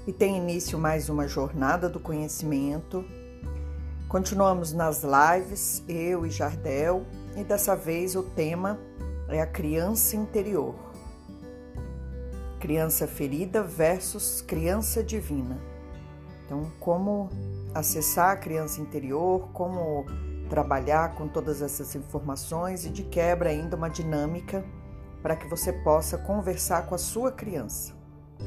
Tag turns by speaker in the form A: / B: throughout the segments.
A: e tem início mais uma jornada do conhecimento. Continuamos nas lives, eu e Jardel, e dessa vez o tema é a criança interior. Criança ferida versus criança divina. Então, como acessar a criança interior, como trabalhar com todas essas informações e de quebra ainda uma dinâmica para que você possa conversar com a sua criança.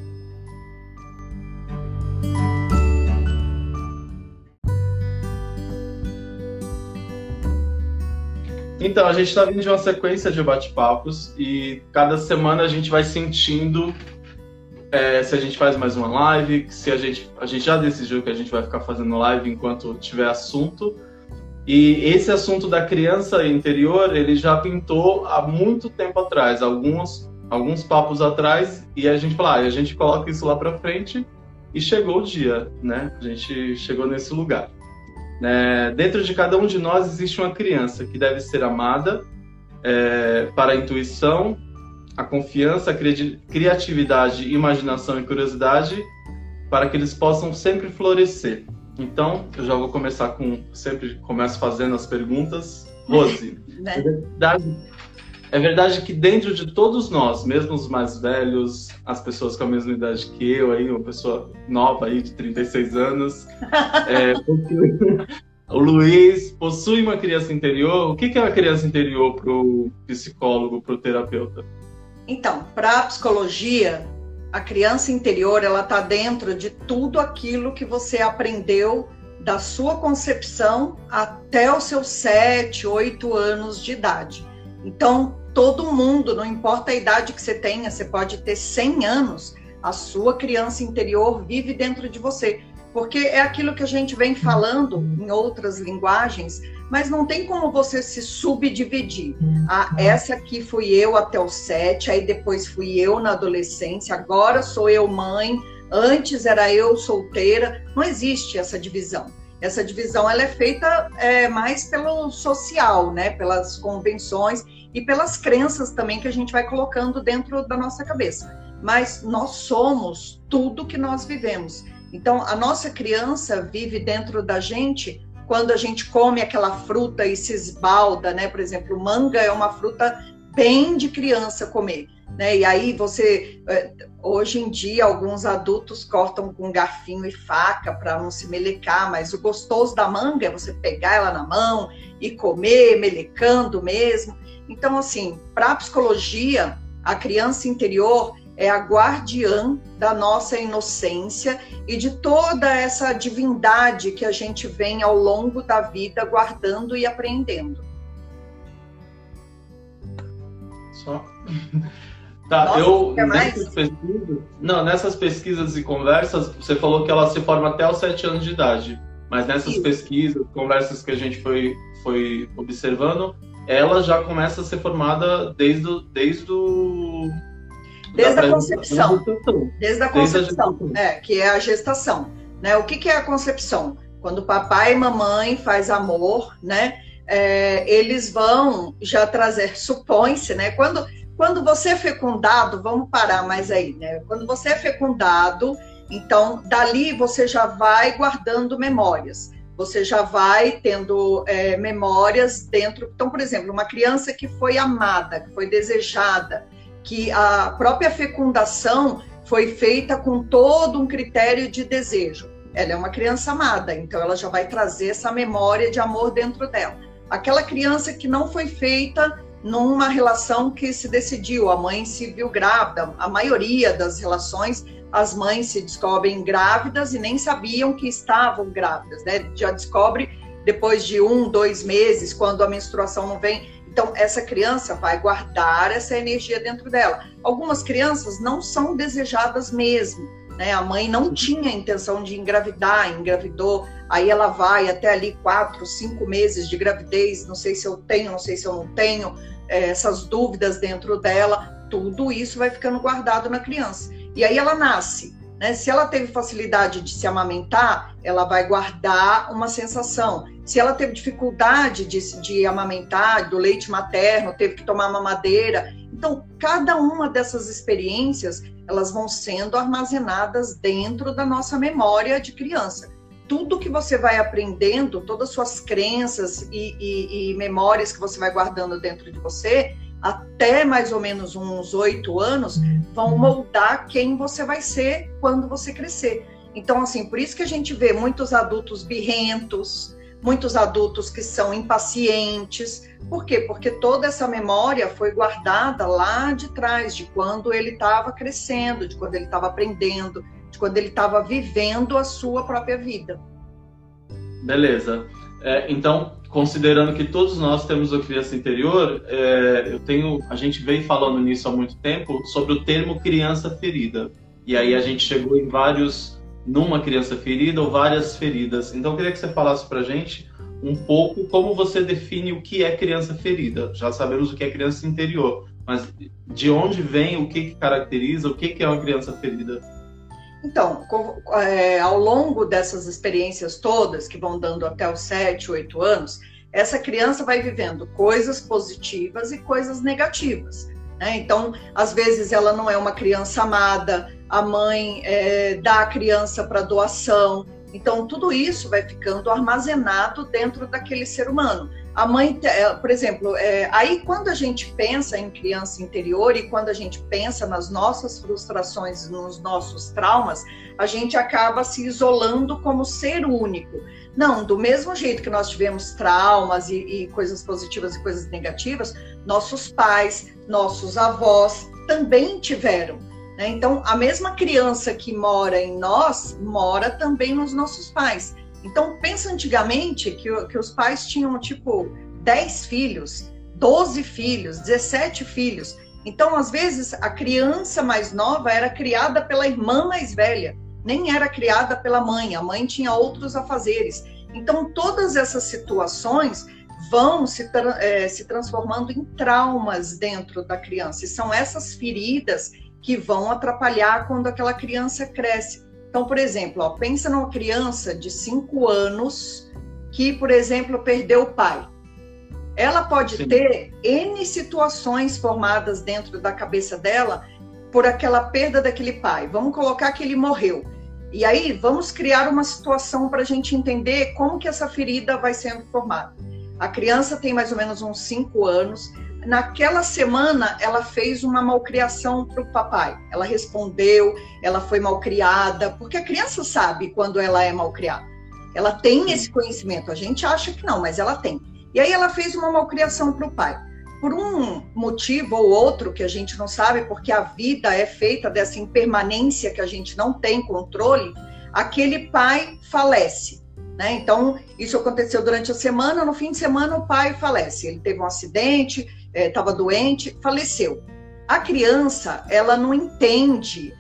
B: Então, a gente está vindo de uma sequência de bate-papos e cada semana a gente vai sentindo se a gente faz mais uma live, se a gente já decidiu que a gente vai ficar fazendo live enquanto tiver assunto. E esse assunto da criança interior, ele já pintou há muito tempo atrás, alguns papos atrás, e a gente fala, a gente coloca isso lá para frente e chegou o dia, né? A gente chegou nesse lugar. Dentro de cada um de nós existe uma criança que deve ser amada para a intuição, a confiança, a criatividade, imaginação e curiosidade, para que eles possam sempre florescer. Então, eu já vou começar sempre começo fazendo as perguntas. Rose, é verdade que dentro de todos nós, mesmo os mais velhos, as pessoas com a mesma idade que eu, aí, uma pessoa nova aí de 36 anos, o Luiz possui uma criança interior. O que é uma criança interior para o psicólogo, para o terapeuta?
A: Então, para a psicologia, a criança interior, ela está dentro de tudo aquilo que você aprendeu da sua concepção até os seus 7, 8 anos de idade. Então, todo mundo, não importa a idade que você tenha, você pode ter 100 anos, a sua criança interior vive dentro de você. Porque é aquilo que a gente vem falando em outras linguagens, mas não tem como você se subdividir. Essa aqui fui eu até os 7, aí depois fui eu na adolescência, agora sou eu mãe, antes era eu solteira. Não existe essa divisão. Essa divisão ela é feita mais pelo social, né? Pelas convenções e pelas crenças também que a gente vai colocando dentro da nossa cabeça. Mas nós somos tudo que nós vivemos. Então, a nossa criança vive dentro da gente quando a gente come aquela fruta e se esbalda, né? Por exemplo, manga é uma fruta bem de criança comer, né? E aí hoje em dia, alguns adultos cortam com garfinho e faca para não se melecar, mas o gostoso da manga é você pegar ela na mão e comer, melecando mesmo. Então, assim, para a psicologia, a criança interior é a guardiã da nossa inocência e de toda essa divindade que a gente vem ao longo da vida guardando e aprendendo.
B: Só? Tá,
A: Nossa,
B: nessas pesquisas e conversas, você falou que ela se forma até os 7 anos de idade, mas nessas pesquisas, conversas que a gente foi observando, ela já começa a ser formada desde a concepção. Desde a concepção, que é a gestação. Né? O que é a concepção? Quando papai e mamãe faz amor, né? Eles vão já trazer, supõe-se, né? Quando você é fecundado, vamos parar mais aí, né? Quando você é fecundado, então, dali você já vai guardando memórias. Você já vai tendo memórias dentro. Então, por exemplo, uma criança que foi amada, que foi desejada, que a própria fecundação foi feita com todo um critério de desejo. Ela é uma criança amada, então ela já vai trazer essa memória de amor dentro dela. Aquela criança que não foi feita numa relação que se decidiu, a mãe se viu grávida, a maioria das relações, as mães se descobrem grávidas e nem sabiam que estavam grávidas, né? Já descobre depois de 1, 2 meses, quando a menstruação não vem. Então, essa criança vai guardar essa energia dentro dela. Algumas crianças não são desejadas mesmo, né? A mãe não tinha a intenção de engravidar, engravidou, aí ela vai até ali 4, 5 meses de gravidez, não sei se eu tenho, não sei se eu não tenho, essas dúvidas dentro dela, tudo isso vai ficando guardado na criança. E aí ela nasce, né? Se ela teve facilidade de se amamentar, ela vai guardar uma sensação. Se ela teve dificuldade de amamentar, do leite materno, teve que tomar mamadeira,
A: Então, cada uma dessas experiências, elas vão sendo armazenadas dentro da nossa memória de criança. Tudo que você vai aprendendo, todas as suas crenças e memórias que você vai guardando dentro de você, até mais ou menos uns 8 anos, vão moldar quem você vai ser quando você crescer. Então, assim, por isso que a gente vê muitos adultos birrentos, muitos adultos que são impacientes. Por quê? Porque toda essa memória foi guardada lá de trás, de quando ele estava crescendo, de quando ele estava aprendendo, de quando ele estava vivendo a sua própria vida.
C: Beleza. Então, considerando que todos nós temos a criança interior, a gente vem falando nisso há muito tempo, sobre o termo criança ferida. E aí a gente chegou em numa criança ferida ou várias feridas. Então eu queria que você falasse pra gente um pouco como você define o que é criança ferida. Já sabemos o que é criança interior, mas de onde vem, o que caracteriza, o que é uma criança ferida?
A: Então, ao longo dessas experiências todas, que vão dando até os 7, 8 anos, essa criança vai vivendo coisas positivas e coisas negativas, né? Então, às vezes ela não é uma criança amada, a mãe dá a criança para doação. Então, tudo isso vai ficando armazenado dentro daquele ser humano. A mãe, por exemplo, aí quando a gente pensa em criança interior e quando a gente pensa nas nossas frustrações, nos nossos traumas, a gente acaba se isolando como ser único. Não, do mesmo jeito que nós tivemos traumas e coisas positivas e coisas negativas, nossos pais, nossos avós também tiveram. Então, a mesma criança que mora em nós, mora também nos nossos pais. Então, pensa antigamente que os pais tinham, tipo, 10 filhos, 12 filhos, 17 filhos. Então, às vezes, a criança mais nova era criada pela irmã mais velha, nem era criada pela mãe. A mãe tinha outros afazeres. Então, todas essas situações vão se transformando em traumas dentro da criança. E são essas feridas que vão atrapalhar quando aquela criança cresce. Então, por exemplo, pensa numa criança de 5 anos que, por exemplo, perdeu o pai. Ela pode
C: Sim.
A: ter N situações formadas dentro da cabeça dela por aquela perda daquele pai. Vamos colocar que ele morreu. E aí, vamos criar uma situação para a gente entender como que essa ferida vai sendo formada. A criança tem mais ou menos uns 5 anos. Naquela semana, ela fez uma malcriação para o papai. Ela respondeu, ela foi malcriada, porque a criança sabe quando ela é malcriada. Ela tem esse conhecimento, a gente acha que não, mas ela tem. E aí ela fez uma malcriação para o pai. Por um motivo ou outro que a gente não sabe, porque a vida é feita dessa impermanência que a gente não tem controle, aquele pai falece. Né? Então, isso aconteceu durante a semana, no fim de semana o pai falece. Ele teve um acidente, estava doente, faleceu. A criança, ela não entende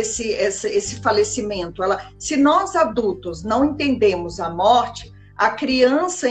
A: esse falecimento. Se nós adultos não entendemos a morte, a criança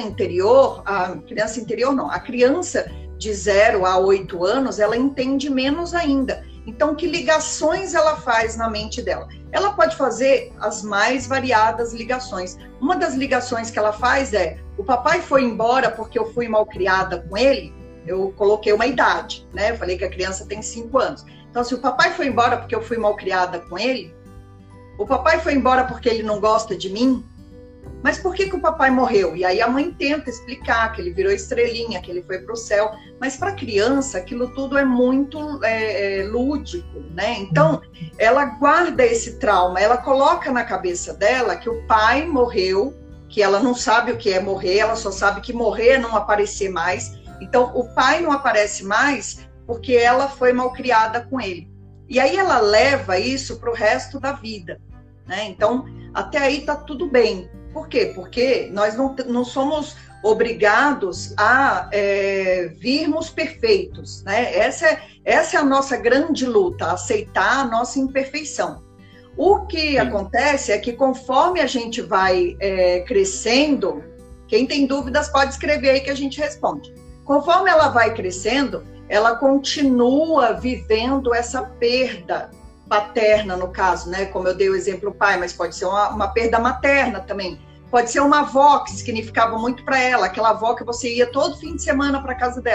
A: de 0 a 8 anos, ela entende menos ainda. Então, que ligações ela faz na mente dela? Ela pode fazer as mais variadas ligações. Uma das ligações que ela faz o papai foi embora porque eu fui malcriada com ele. Eu coloquei uma idade, né? Eu falei que a criança tem 5 anos. Então, se o papai foi embora porque eu fui malcriada com ele, o papai foi embora porque ele não gosta de mim, mas por que o papai morreu? E aí a mãe tenta explicar que ele virou estrelinha, que ele foi para o céu. Mas para a criança, aquilo tudo é muito lúdico, né? Então, ela guarda esse trauma, ela coloca na cabeça dela que o pai morreu, que ela não sabe o que é morrer, ela só sabe que morrer é não aparecer mais. Então, o pai não aparece mais porque ela foi malcriada com ele. E aí ela leva isso para o resto da vida, né? Então, até aí está tudo bem. Por quê? Porque nós não somos obrigados a virmos perfeitos, né? Essa é a nossa grande luta, aceitar a nossa imperfeição. O que acontece é que conforme a gente vai crescendo, quem tem dúvidas pode escrever aí que a gente responde. Conforme ela vai crescendo, ela continua vivendo essa perda paterna, no caso, né? Como eu dei o exemplo pai, mas pode ser uma perda materna também. Pode ser uma avó que significava muito para ela, aquela avó que você ia todo fim de semana para casa dela.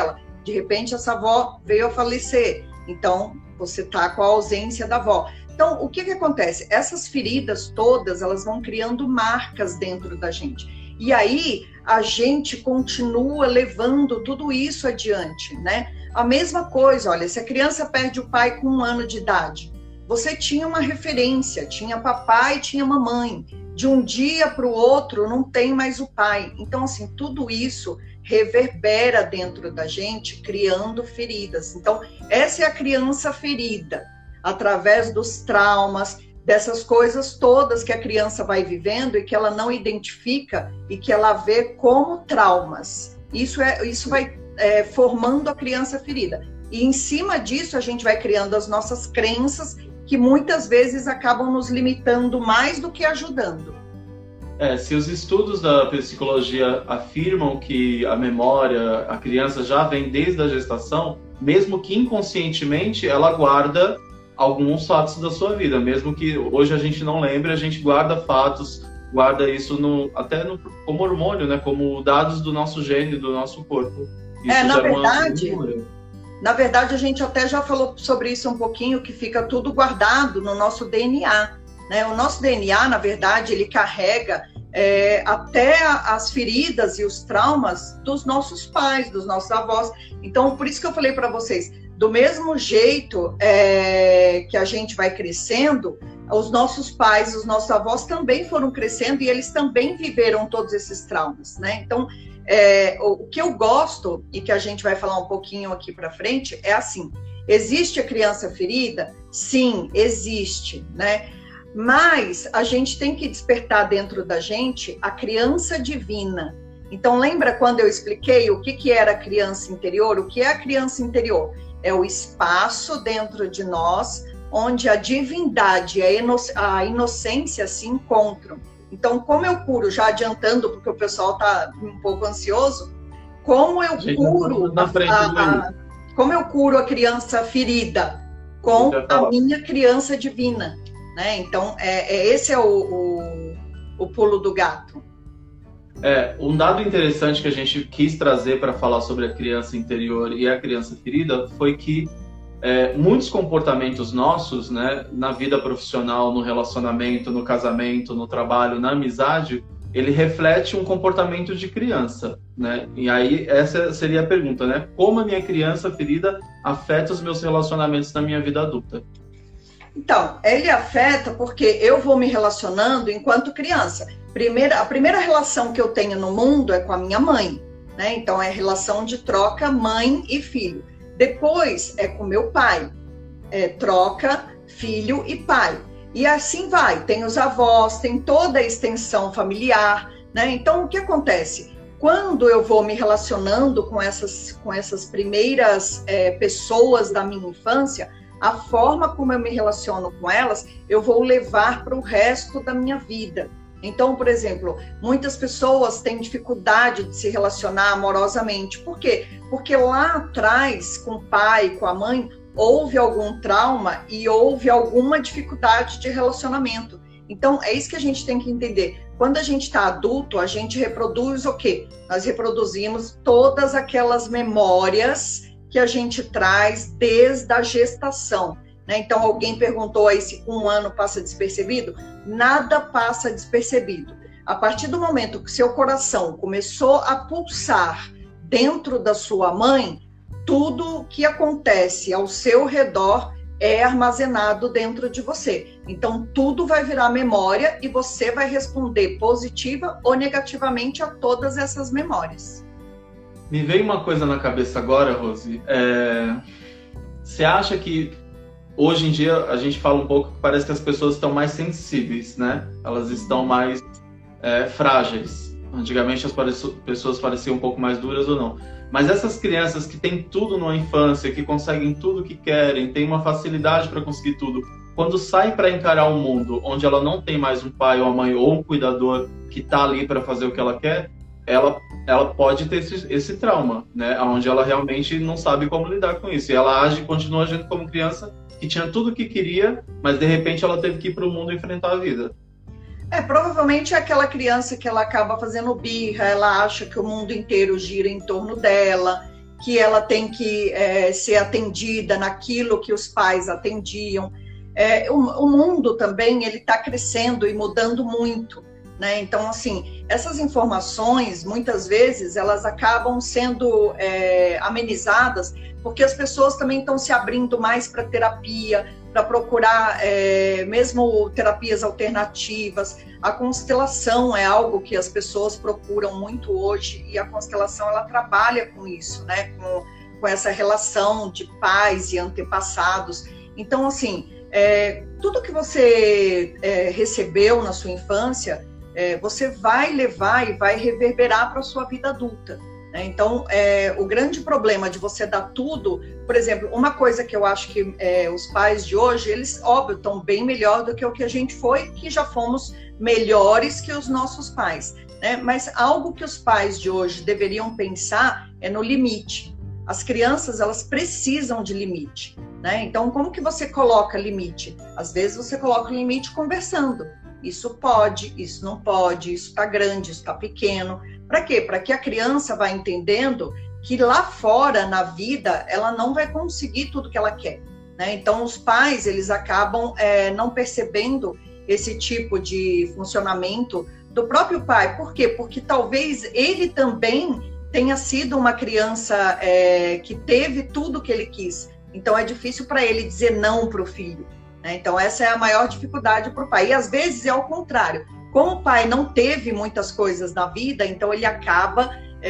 A: De repente, essa avó veio a falecer, então você está com a ausência da avó. Então, o que acontece? Essas feridas todas, elas vão criando marcas dentro da gente. E aí, a gente continua levando tudo isso adiante, né? A mesma coisa, olha, se a criança perde o pai com 1 ano de idade, você tinha uma referência, tinha papai, tinha mamãe. De um dia para o outro, não tem mais o pai. Então, assim, tudo isso reverbera dentro da gente, criando feridas. Então, essa é a criança ferida, através dos traumas, dessas coisas todas que a criança vai vivendo e que ela não identifica e que ela vê como traumas. Isso vai formando a criança ferida. E em cima disso, a gente vai criando as nossas crenças, que muitas vezes acabam nos limitando mais do que ajudando.
C: Se os estudos da psicologia afirmam que a memória, a criança já vem desde a gestação, mesmo que inconscientemente, ela guarda alguns fatos da sua vida. Mesmo que hoje a gente não lembre, a gente guarda fatos, guarda isso como hormônio, né? Como dados do nosso gene, do nosso corpo. Isso
A: na verdade, a gente até já falou sobre isso um pouquinho, que fica tudo guardado no nosso DNA. Né? O nosso DNA, na verdade, ele carrega até as feridas e os traumas dos nossos pais, dos nossos avós. Então, por isso que eu falei para vocês, do mesmo jeito que a gente vai crescendo, os nossos pais, os nossos avós também foram crescendo e eles também viveram todos esses traumas, né? Então, o que eu gosto, e que a gente vai falar um pouquinho aqui para frente, é assim, existe a criança ferida? Sim, existe, né? Mas a gente tem que despertar dentro da gente a criança divina. Então, lembra quando eu expliquei o que era a criança interior? O que é a criança interior? É o espaço dentro de nós onde a divindade e a inocência se encontram. Então, como eu curo, já adiantando, porque o pessoal está um pouco ansioso, como eu curo a criança ferida? Com a minha criança divina. Né? Então, esse é o pulo do gato.
C: Um dado interessante que a gente quis trazer para falar sobre a criança interior e a criança ferida foi que muitos comportamentos nossos, né, na vida profissional, no relacionamento, no casamento, no trabalho, na amizade, ele reflete um comportamento de criança, né? E aí essa seria a pergunta, né? Como a minha criança ferida afeta os meus relacionamentos na minha vida adulta?
A: Então, ele afeta porque eu vou me relacionando enquanto criança. A primeira relação que eu tenho no mundo é com a minha mãe, né? Então, é relação de troca mãe e filho. Depois é com meu pai, troca filho e pai. E assim vai, tem os avós, tem toda a extensão familiar, né? Então, o que acontece? Quando eu vou me relacionando com essas primeiras pessoas da minha infância, a forma como eu me relaciono com elas, eu vou levar para o resto da minha vida. Então, por exemplo, muitas pessoas têm dificuldade de se relacionar amorosamente. Por quê? Porque lá atrás, com o pai, com a mãe, houve algum trauma e houve alguma dificuldade de relacionamento. Então, é isso que a gente tem que entender. Quando a gente está adulto, a gente reproduz o quê? Nós reproduzimos todas aquelas memórias que a gente traz desde a gestação. Né? Então, alguém perguntou aí se 1 ano passa despercebido. Nada passa despercebido. A partir do momento que seu coração começou a pulsar dentro da sua mãe, tudo que acontece ao seu redor é armazenado dentro de você. Então, tudo vai virar memória e você vai responder positiva ou negativamente a todas essas memórias.
C: Me veio uma coisa na cabeça agora, Rose. Você acha que hoje em dia a gente fala um pouco que parece que as pessoas estão mais sensíveis, né? Elas estão mais frágeis. Antigamente as pessoas pareciam um pouco mais duras ou não. Mas essas crianças que têm tudo na infância, que conseguem tudo que querem, têm uma facilidade para conseguir tudo, quando saem para encarar um mundo onde ela não tem mais um pai ou uma mãe ou um cuidador que está ali para fazer o que ela quer, ela pode ter esse trauma, né? Onde ela realmente não sabe como lidar com isso. E ela continua agindo como criança que tinha tudo o que queria, mas de repente ela teve que ir para o mundo enfrentar a vida.
A: Provavelmente é aquela criança que ela acaba fazendo birra, ela acha que o mundo inteiro gira em torno dela, que ela tem que ser atendida naquilo que os pais atendiam. O mundo também ele está crescendo e mudando muito, né? Então, assim, essas informações, muitas vezes, elas acabam sendo amenizadas porque as pessoas também estão se abrindo mais para terapia, para procurar mesmo terapias alternativas. A constelação é algo que as pessoas procuram muito hoje, e a constelação ela trabalha com isso, né? Com essa relação de pais e antepassados. Então, assim, tudo que você recebeu na sua infância, você vai levar e vai reverberar para a sua vida adulta. Então, o grande problema de você dar tudo, por exemplo, uma coisa que eu acho que os pais de hoje, eles, óbvio, estão bem melhor do que o que a gente foi, que já fomos melhores que os nossos pais, né? Mas algo que os pais de hoje deveriam pensar é no limite. As crianças, elas precisam de limite, né? Então, como que você coloca limite? Às vezes você coloca o limite conversando. Isso pode, isso não pode, isso está grande, isso está pequeno. Para quê? Para que a criança vá entendendo que lá fora, na vida, ela não vai conseguir tudo que ela quer, né? Então, os pais, eles acabam não percebendo esse tipo de funcionamento do próprio pai. Por quê? Porque talvez ele também tenha sido uma criança que teve tudo que ele quis. Então, é difícil para ele dizer não para o filho, né? Então, essa é a maior dificuldade para o pai. E, às vezes, é ao contrário. Como o pai não teve muitas coisas na vida, então ele acaba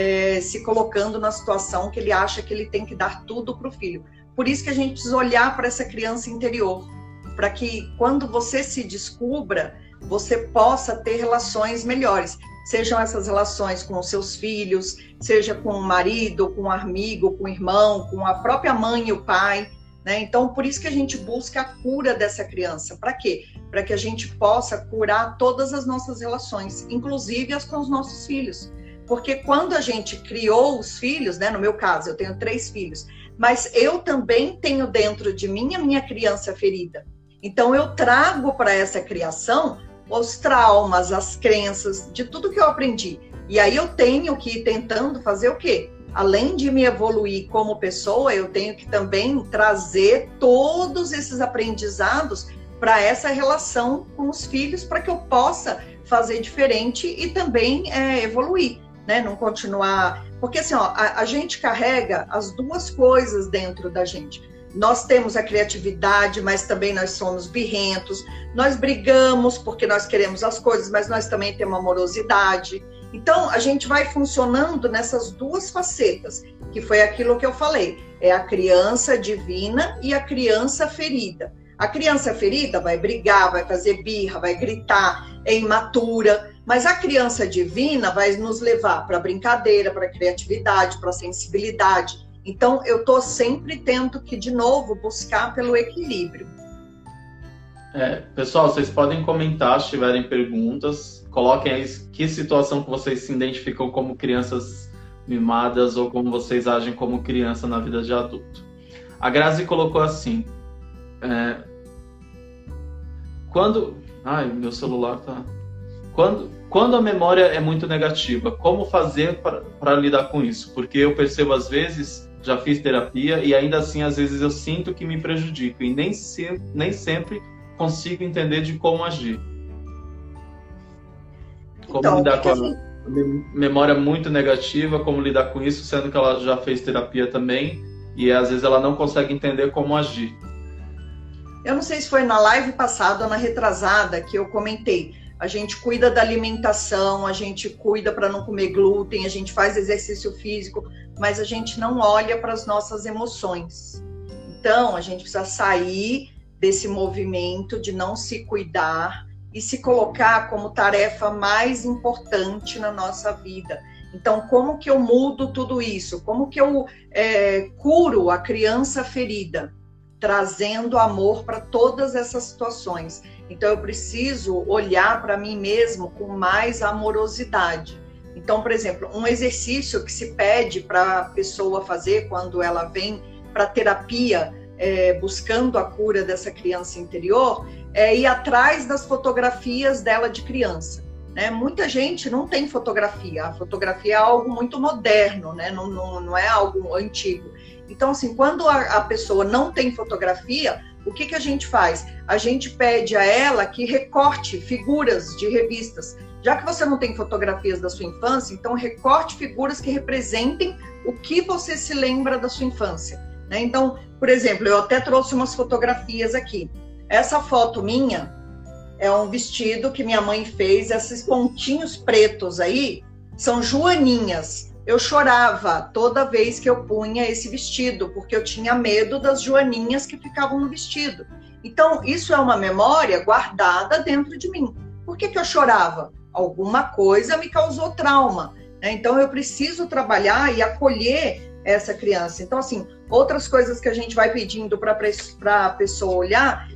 A: se colocando na situação que ele acha que ele tem que dar tudo para o filho. Por isso que a gente precisa olhar para essa criança interior, para que quando você se descubra, você possa ter relações melhores. Sejam essas relações com os seus filhos, seja com o marido, com um amigo, com o irmão, com a própria mãe e o pai, né? Então, por isso que a gente busca a cura dessa criança. Para quê? Para que a gente possa curar todas as nossas relações, inclusive as com os nossos filhos. Porque quando a gente criou os filhos, né? No meu caso, eu tenho 3 filhos, mas eu também tenho dentro de mim a minha criança ferida. Então, eu trago para essa criação os traumas, as crenças, de tudo que eu aprendi. E aí eu tenho que ir tentando fazer o quê? Além de me evoluir como pessoa, eu tenho que também trazer todos esses aprendizados para essa relação com os filhos, para que eu possa fazer diferente e também evoluir, né? Não continuar... Porque assim, ó, a gente carrega as duas coisas dentro da gente. Nós temos a criatividade, mas também nós somos birrentos. Nós brigamos porque nós queremos as coisas, mas nós também temos amorosidade. Então, a gente vai funcionando nessas duas facetas, que foi aquilo que eu falei. É a criança divina e a criança ferida. A criança ferida vai brigar, vai fazer birra, vai gritar, é imatura. Mas a criança divina vai nos levar para a brincadeira, para a criatividade, para a sensibilidade. Então, eu estou sempre tendo que, de novo, buscar pelo equilíbrio.
C: Pessoal, vocês podem comentar se tiverem perguntas. Coloquem aí que situação que vocês se identificam como crianças mimadas ou como vocês agem como criança na vida de adulto. A Grazi colocou assim... Ai, meu celular tá... Quando a memória é muito negativa, como fazer para lidar com isso? Porque eu percebo, às vezes, já fiz terapia e ainda assim, às vezes, eu sinto que me prejudico e nem sempre consigo entender de como agir. Como lidar com a memória muito negativa, como lidar com isso, sendo que ela já fez terapia também e, às vezes, ela não consegue entender como agir.
A: Eu não sei se foi na live passada ou na retrasada que eu comentei. A gente cuida da alimentação, a gente cuida para não comer glúten, a gente faz exercício físico, mas a gente não olha para as nossas emoções. Então, a gente precisa sair desse movimento de não se cuidar e se colocar como tarefa mais importante na nossa vida. Então, como que eu mudo tudo isso? Como que eu curo a criança ferida? Trazendo amor para todas essas situações. Então, eu preciso olhar para mim mesmo com mais amorosidade. Então, por exemplo, um exercício que se pede para a pessoa fazer quando ela vem para a terapia, buscando a cura dessa criança interior, é ir atrás das fotografias dela de criança. né? Muita gente não tem fotografia. A fotografia é algo muito moderno, né? Não é algo antigo. Então, assim, quando a pessoa não tem fotografia, o que a gente faz? A gente pede a ela que recorte figuras de revistas. Já que você não tem fotografias da sua infância, então recorte figuras que representem o que você se lembra da sua infância, né? Então, por exemplo, eu até trouxe umas fotografias aqui. Essa foto minha é um vestido que minha mãe fez, esses pontinhos pretos aí são joaninhas. Eu chorava toda vez que eu punha esse vestido, porque eu tinha medo das joaninhas que ficavam no vestido. Então, isso é uma memória guardada dentro de mim. Por que eu chorava? Alguma coisa me causou trauma, né? Então, eu preciso trabalhar e acolher essa criança. Então, assim, outras coisas que a gente vai pedindo para a pessoa olhar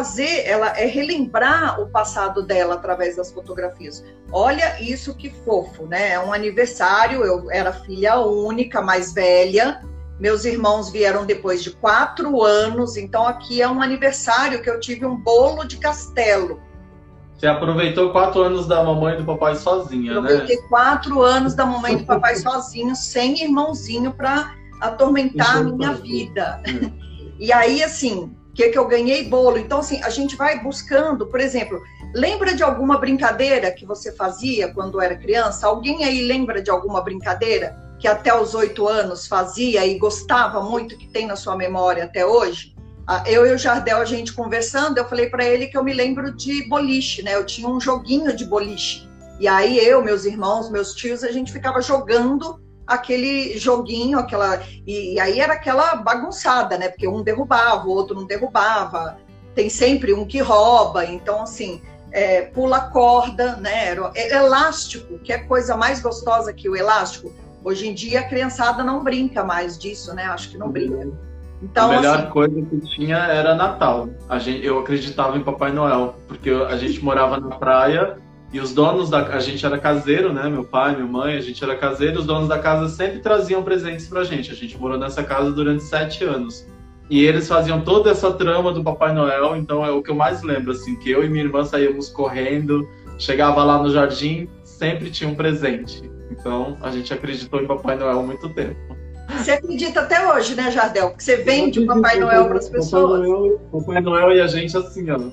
A: é relembrar o passado dela através das fotografias. Olha isso que fofo, né? É um aniversário, eu era filha única, mais velha, meus irmãos vieram depois de 4 anos, então aqui é um aniversário que eu tive um bolo de castelo.
C: Você aproveitou 4 anos da mamãe e do papai sozinha, né?
A: Aproveitei 4 anos da mamãe e do papai sozinho, sem irmãozinho para atormentar a minha vida. E aí, assim, o que eu ganhei? Bolo. Então, assim, a gente vai buscando, por exemplo, lembra de alguma brincadeira que você fazia quando era criança? Alguém aí lembra de alguma brincadeira que até os 8 anos fazia e gostava muito, que tem na sua memória até hoje? Eu e o Jardel, a gente conversando, eu falei para ele que eu me lembro de boliche, né? Eu tinha um joguinho de boliche. E aí eu, meus irmãos, meus tios, a gente ficava jogando aquele joguinho, e aí era aquela bagunçada, né? Porque um derrubava, o outro não derrubava. Tem sempre um que rouba. Então, assim, pula corda, né? Elástico, que é coisa mais gostosa que o elástico. Hoje em dia a criançada não brinca mais disso, né? Acho que não brinca. Então,
C: a melhor coisa que tinha era Natal. Eu acreditava em Papai Noel, porque a gente morava na praia e os donos a gente era caseiro, né? Meu pai, minha mãe, a gente era caseiro, os donos da casa sempre traziam presentes pra gente. A gente morou nessa casa durante 7 anos. E eles faziam toda essa trama do Papai Noel, então é o que eu mais lembro, assim, que eu e minha irmã saíamos correndo, chegava lá no jardim, sempre tinha um presente. Então, a gente acreditou em Papai Noel há muito tempo.
A: Você acredita até hoje, né, Jardel? Porque você vende o Papai Noel para as pessoas.
C: Papai Noel e a gente assim, ó.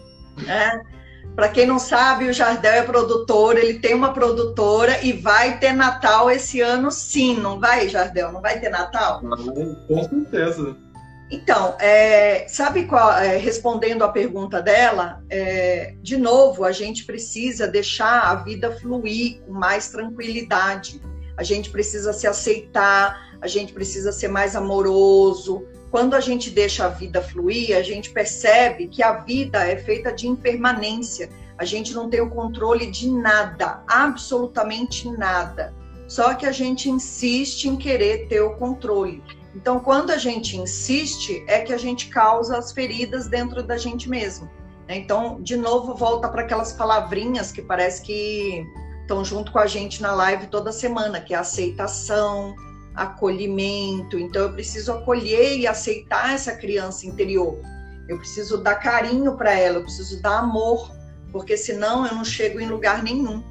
A: Para quem não sabe, o Jardel é produtor, ele tem uma produtora e vai ter Natal esse ano sim, não vai, Jardel? Não vai ter Natal?
C: Com certeza.
A: Então, sabe qual, respondendo a pergunta dela, de novo, a gente precisa deixar a vida fluir com mais tranquilidade. A gente precisa se aceitar, a gente precisa ser mais amoroso. Quando a gente deixa a vida fluir, a gente percebe que a vida é feita de impermanência. A gente não tem o controle de nada, absolutamente nada. Só que a gente insiste em querer ter o controle. Então, quando a gente insiste, é que a gente causa as feridas dentro da gente mesmo. Então, de novo, volta para aquelas palavrinhas que parece que estão junto com a gente na live toda semana, que é aceitação, acolhimento. Então, eu preciso acolher e aceitar essa criança interior. Eu preciso dar carinho para ela, eu preciso dar amor, porque senão eu não chego em lugar nenhum.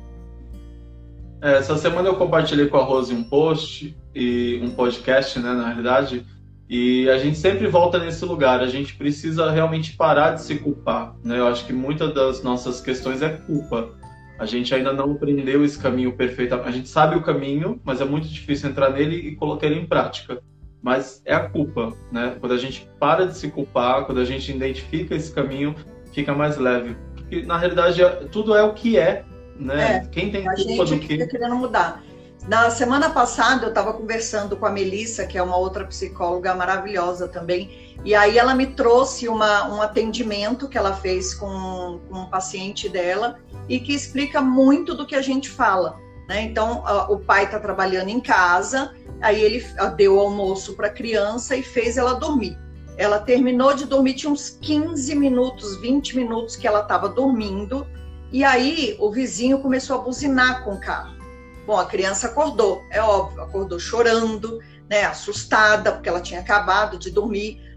C: Essa semana eu compartilhei com a Rose um post e um podcast, né, na realidade, e a gente sempre volta nesse lugar. A gente precisa realmente parar de se culpar, né? Eu acho que muitas das nossas questões é culpa. A gente ainda não aprendeu esse caminho perfeito. A gente sabe o caminho, mas é muito difícil entrar nele e colocar ele em prática. Mas é a culpa, né? Quando a gente para de se culpar, quando a gente identifica esse caminho, fica mais leve. Porque, na realidade, tudo é o que é, né? Quem tem culpa do que...
A: fica querendo mudar. Na semana passada, eu estava conversando com a Melissa, que é uma outra psicóloga maravilhosa também, e aí ela me trouxe um atendimento que ela fez com um paciente dela e que explica muito do que a gente fala, né? Então, o pai está trabalhando em casa, aí ele deu o almoço para a criança e fez ela dormir. Ela terminou de dormir, tinha uns 15 minutos, 20 minutos que ela estava dormindo, e aí o vizinho começou a buzinar com o carro. Bom, a criança acordou, é óbvio, acordou chorando, né, assustada, porque ela tinha acabado de dormir.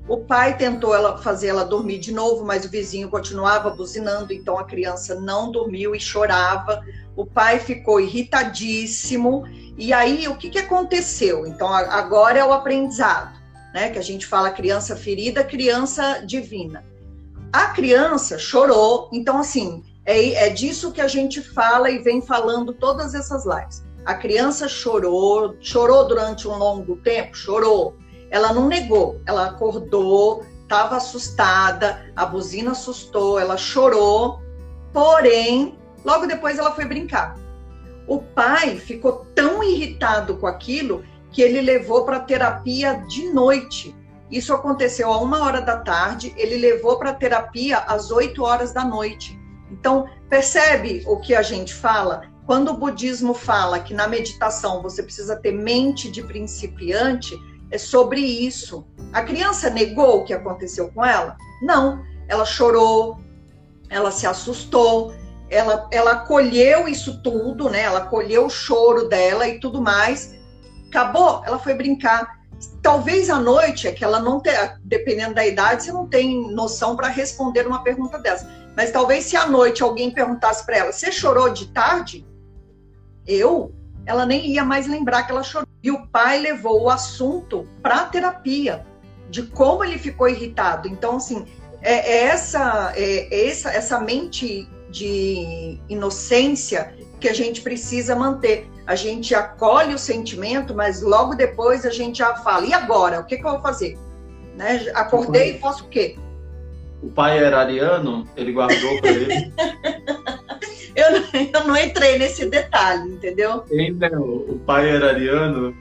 A: O pai tentou fazer ela dormir de novo, mas o vizinho continuava buzinando, então a criança não dormiu e chorava. O pai ficou irritadíssimo. E aí, o que aconteceu? Então, agora é o aprendizado, né? Que a gente fala criança ferida, criança divina. A criança chorou, então, assim, é disso que a gente fala e vem falando todas essas lives. A criança chorou durante um longo tempo? Chorou. Ela não negou, ela acordou, estava assustada, a buzina assustou, ela chorou, porém, logo depois ela foi brincar. O pai ficou tão irritado com aquilo que ele levou para terapia de noite. Isso aconteceu a 1h da tarde, ele levou para terapia às 8h da noite. Então, percebe o que a gente fala? Quando o budismo fala que na meditação você precisa ter mente de principiante, é sobre isso. A criança negou o que aconteceu com ela? Não. Ela chorou, ela se assustou, ela acolheu isso tudo, né? Ela acolheu o choro dela e tudo mais. Acabou, ela foi brincar. Talvez à noite, é que ela não tem, dependendo da idade, você não tem noção para responder uma pergunta dessa. Mas talvez se à noite alguém perguntasse para ela, você chorou de tarde? Ela nem ia mais lembrar que ela chorou. E o pai levou o assunto para a terapia, de como ele ficou irritado. Então, assim, essa mente de inocência que a gente precisa manter. A gente acolhe o sentimento, mas logo depois a gente já fala, e agora? O que eu vou fazer? Né? Acordei e faço o quê?
C: O pai era ariano, ele guardou para ele.
A: Eu não entrei nesse detalhe, entendeu?
C: Entendeu? O pai era ariano.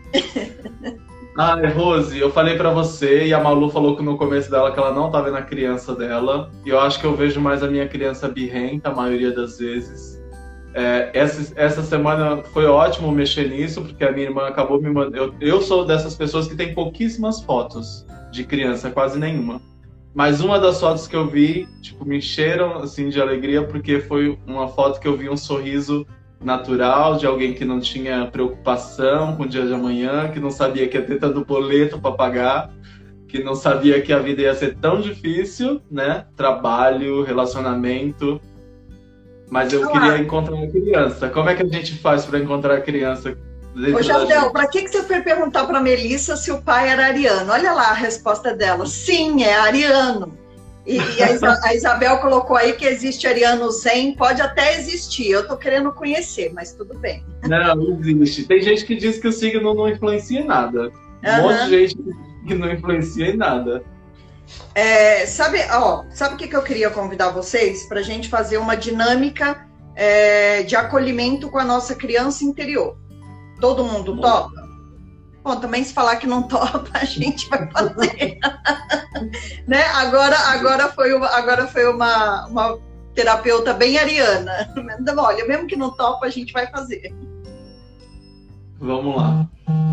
C: Rose, eu falei pra você e a Malu falou que no começo dela que ela não tá vendo a criança dela. E eu acho que eu vejo mais a minha criança birrenta a maioria das vezes. Essa semana foi ótimo mexer nisso, porque a minha irmã acabou me mandando. Eu sou dessas pessoas que tem pouquíssimas fotos de criança, quase nenhuma. Mas uma das fotos que eu vi, tipo, me encheram assim, de alegria, porque foi uma foto que eu vi um sorriso natural de alguém que não tinha preocupação com o dia de amanhã, que não sabia que ia ter tanto boleto para pagar, que não sabia que a vida ia ser tão difícil, né? Trabalho, relacionamento. Mas eu queria encontrar uma criança. Como é que a gente faz para encontrar a criança?
A: Ô, Jardel, para que você foi perguntar para a Melissa se o pai era ariano? Olha lá a resposta dela. Sim, é ariano. E a Isabel colocou aí que existe ariano zen, pode até existir. Eu tô querendo conhecer, mas tudo bem.
C: Não existe. Tem gente que diz que o signo não influencia em nada. Um monte de gente que não influencia em nada.
A: Sabe o que eu queria convidar vocês? Para a gente fazer uma dinâmica de acolhimento com a nossa criança interior. Todo mundo topa? Bom, também se falar que não topa, a gente vai fazer. Né? Agora foi uma terapeuta bem ariana. Olha, mesmo que não topa, a gente vai fazer.
C: Vamos lá.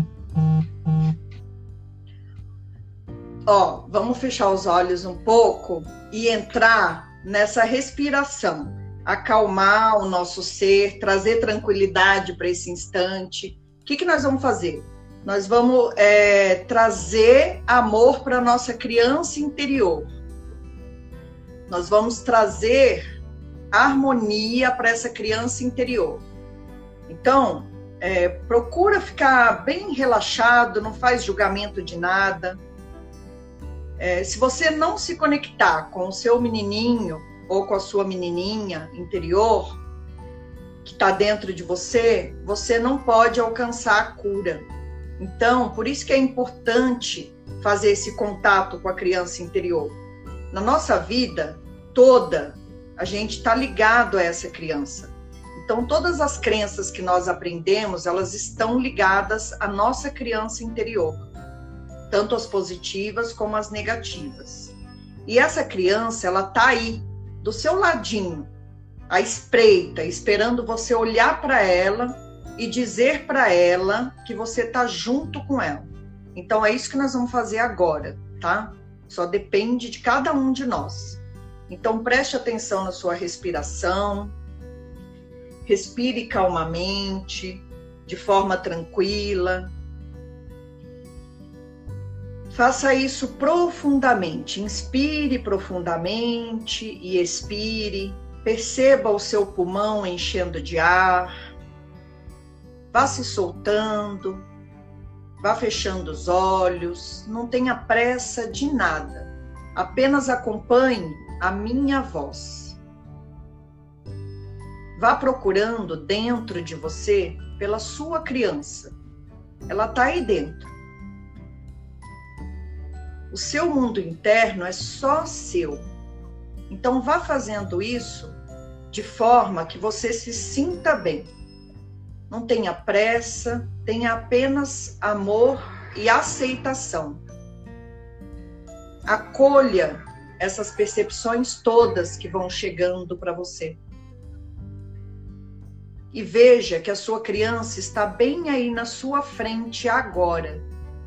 A: Vamos fechar os olhos um pouco e entrar nessa respiração. Acalmar o nosso ser, trazer tranquilidade para esse instante. O que nós vamos fazer? Nós vamos trazer amor para a nossa criança interior. Nós vamos trazer harmonia para essa criança interior. Então, procura ficar bem relaxado, não faz julgamento de nada. Se você não se conectar com o seu menininho ou com a sua menininha interior, que está dentro de você, você não pode alcançar a cura. Então, por isso que é importante fazer esse contato com a criança interior. Na nossa vida toda, a gente está ligado a essa criança. Então, todas as crenças que nós aprendemos, elas estão ligadas à nossa criança interior. Tanto as positivas como as negativas. E essa criança, ela está aí, do seu ladinho, à espreita, esperando você olhar para ela e dizer para ela que você está junto com ela. Então, é isso que nós vamos fazer agora, tá? Só depende de cada um de nós. Então, preste atenção na sua respiração, respire calmamente, de forma tranquila. Faça isso profundamente. Inspire profundamente e expire. Perceba o seu pulmão enchendo de ar. Vá se soltando. Vá fechando os olhos. Não tenha pressa de nada. Apenas acompanhe a minha voz. Vá procurando dentro de você pela sua criança. Ela está aí dentro. O seu mundo interno é só seu. Então vá fazendo isso de forma que você se sinta bem. Não tenha pressa, tenha apenas amor e aceitação. Acolha essas percepções todas que vão chegando para você. E veja que a sua criança está bem aí na sua frente agora.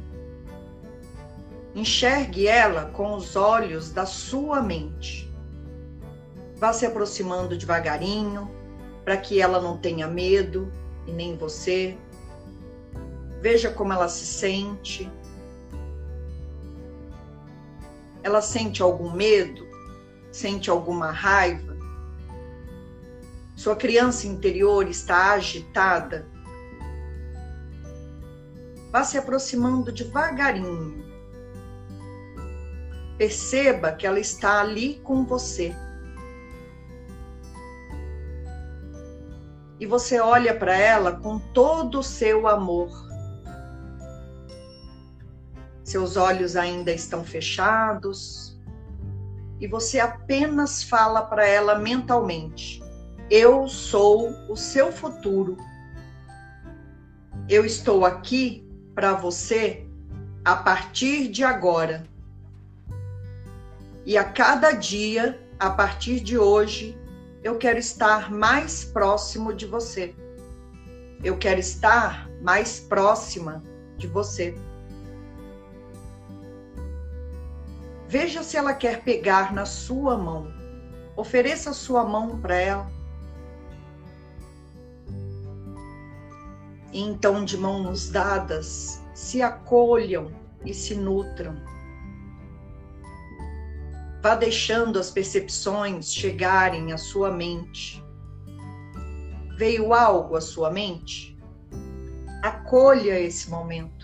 A: Enxergue ela com os olhos da sua mente. Vá se aproximando devagarinho, para que ela não tenha medo, e nem você. Veja como ela se sente. Ela sente algum medo? Sente alguma raiva? Sua criança interior está agitada? Vá se aproximando devagarinho. Perceba que ela está ali com você. E você olha para ela com todo o seu amor. Seus olhos ainda estão fechados. E você apenas fala para ela mentalmente: eu sou o seu futuro. Eu estou aqui para você a partir de agora. E a cada dia, a partir de hoje, eu quero estar mais próximo de você. Eu quero estar mais próxima de você. Veja se ela quer pegar na sua mão. Ofereça a sua mão para ela. E então, de mãos dadas, se acolham e se nutram. Vá deixando as percepções chegarem à sua mente. Veio algo à sua mente? Acolha esse momento.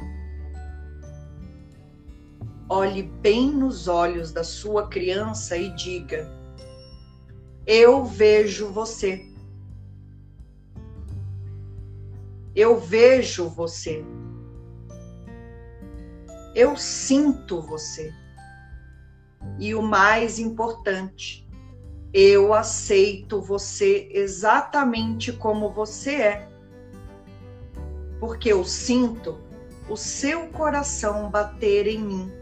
A: Olhe bem nos olhos da sua criança e diga: eu vejo você. Eu vejo você. Eu sinto você. E o mais importante, eu aceito você exatamente como você é. Porque eu sinto o seu coração bater em mim.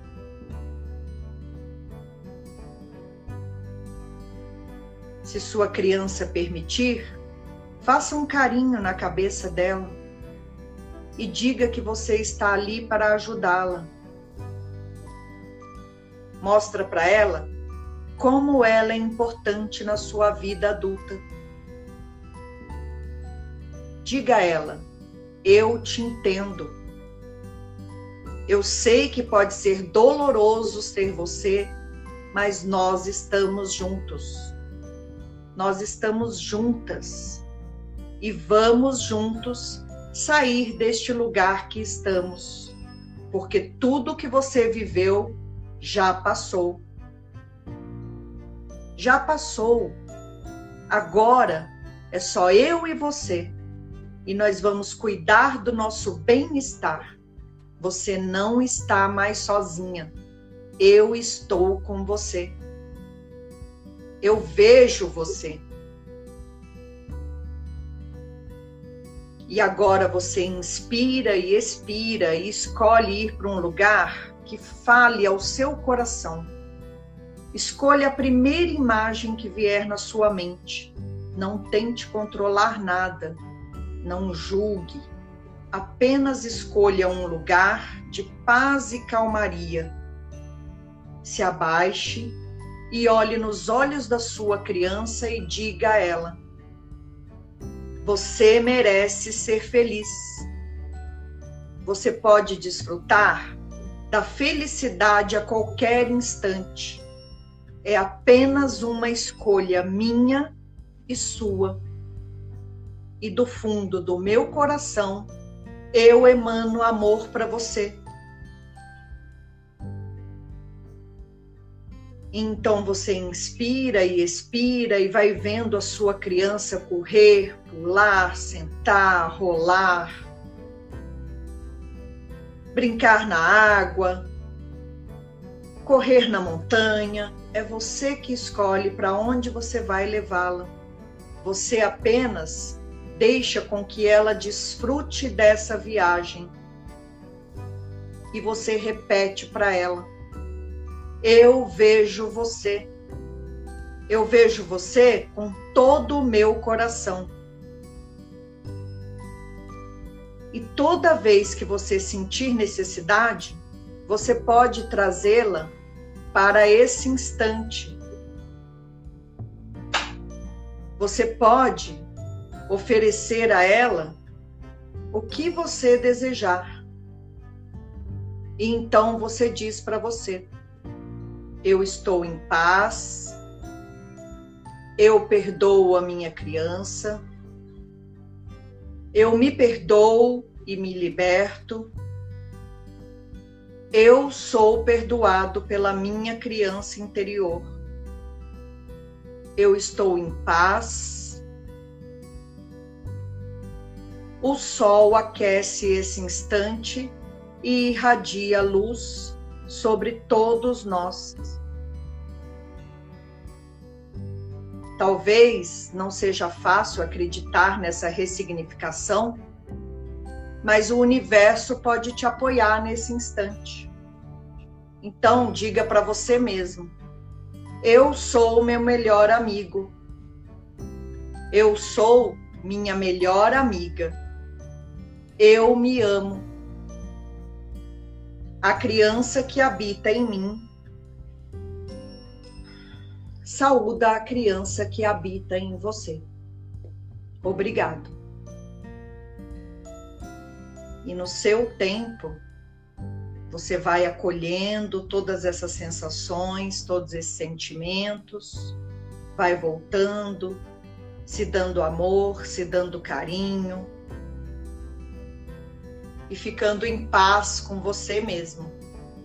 A: Se sua criança permitir, faça um carinho na cabeça dela e diga que você está ali para ajudá-la. Mostra para ela como ela é importante na sua vida adulta. Diga a ela: eu te entendo. Eu sei que pode ser doloroso ser você, mas nós estamos juntos. Nós estamos juntas. E vamos juntos sair deste lugar que estamos. Porque tudo que você viveu já passou. Já passou. Agora é só eu e você. E nós vamos cuidar do nosso bem-estar. Você não está mais sozinha. Eu estou com você. Eu vejo você. E agora você inspira e expira e escolhe ir para um lugar que fale ao seu coração. Escolha a primeira imagem que vier na sua mente. Não tente controlar nada. Não julgue. Apenas escolha um lugar de paz e calmaria. Se abaixe e olhe nos olhos da sua criança e diga a ela: você merece ser feliz. Você pode desfrutar da felicidade a qualquer instante. É apenas uma escolha minha e sua. E do fundo do meu coração, eu emano amor para você. Então você inspira e expira e vai vendo a sua criança correr, pular, sentar, rolar, brincar na água, correr na montanha. É você que escolhe para onde você vai levá-la. Você apenas deixa com que ela desfrute dessa viagem. E você repete para ela: eu vejo você. Eu vejo você com todo o meu coração. E toda vez que você sentir necessidade, você pode trazê-la para esse instante. Você pode oferecer a ela o que você desejar. E então você diz para você: eu estou em paz, eu perdoo a minha criança, eu me perdoo e me liberto, eu sou perdoado pela minha criança interior, eu estou em paz, o sol aquece esse instante e irradia luz sobre todos nós. Talvez não seja fácil acreditar nessa ressignificação, mas o universo pode te apoiar nesse instante. Então, diga para você mesmo: eu sou meu melhor amigo. Eu sou minha melhor amiga. Eu me amo. A criança que habita em mim saúda a criança que habita em você. Obrigado. E no seu tempo, você vai acolhendo todas essas sensações, todos esses sentimentos, vai voltando, se dando amor, se dando carinho e ficando em paz com você mesmo.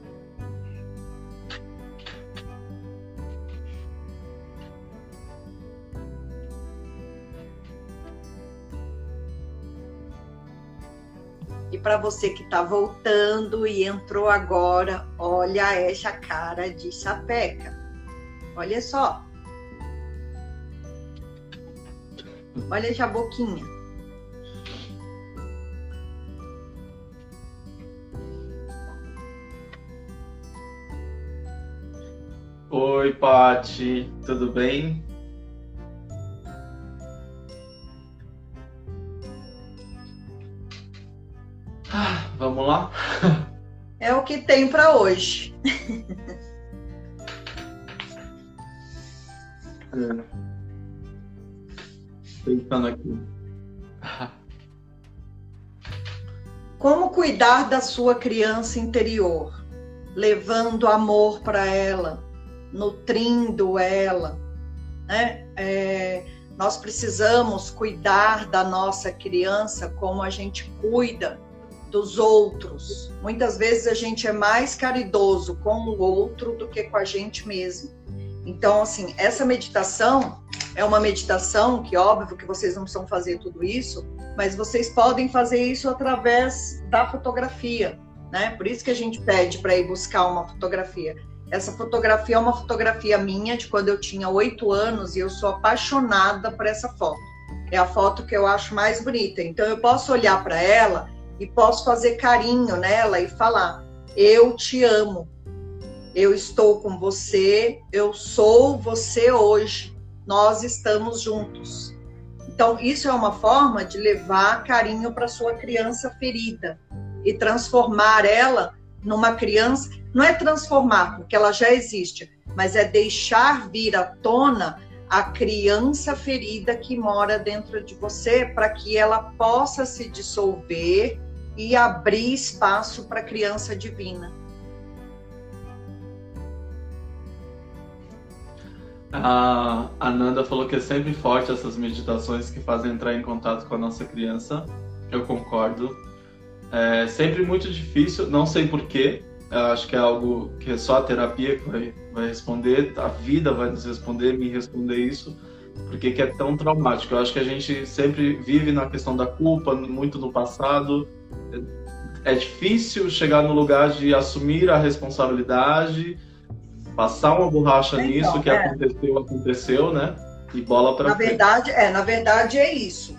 A: E para você que está voltando e entrou agora, olha essa cara de sapeca. Olha só. Olha essa boquinha.
C: Oi, Pati, tudo bem? Vamos lá?
A: É o que tem para hoje.
C: Pensando aqui.
A: Como cuidar da sua criança interior? Levando amor para ela, nutrindo ela, né? Nós precisamos cuidar da nossa criança como a gente cuida dos outros. Muitas vezes a gente é mais caridoso com o outro do que com a gente mesmo. Então, assim, essa meditação é uma meditação que, óbvio, que vocês não precisam fazer tudo isso, mas vocês podem fazer isso através da fotografia, né? Por isso que a gente pede para ir buscar uma fotografia. Essa fotografia é uma fotografia minha de quando eu tinha 8 anos e eu sou apaixonada por essa foto. É a foto que eu acho mais bonita. Então, eu posso olhar para ela e posso fazer carinho nela e falar: eu te amo, eu estou com você, eu sou você hoje, nós estamos juntos. Então, isso é uma forma de levar carinho para sua criança ferida e transformar ela numa criança. Não é transformar, porque ela já existe, mas é deixar vir à tona a criança ferida que mora dentro de você, para que ela possa se dissolver e abrir espaço para a criança divina.
C: A Nanda falou que é sempre forte essas meditações que fazem entrar em contato com a nossa criança. Eu concordo. É sempre muito difícil, não sei porquê. Eu acho que é algo que é só a terapia que vai responder, a vida vai nos responder, me responder isso, porque que é tão traumático. Eu acho que a gente sempre vive na questão da culpa, muito no passado. É difícil chegar no lugar de assumir a responsabilidade, passar uma borracha nisso, que aconteceu, né? E bola para frente.
A: Na verdade é isso.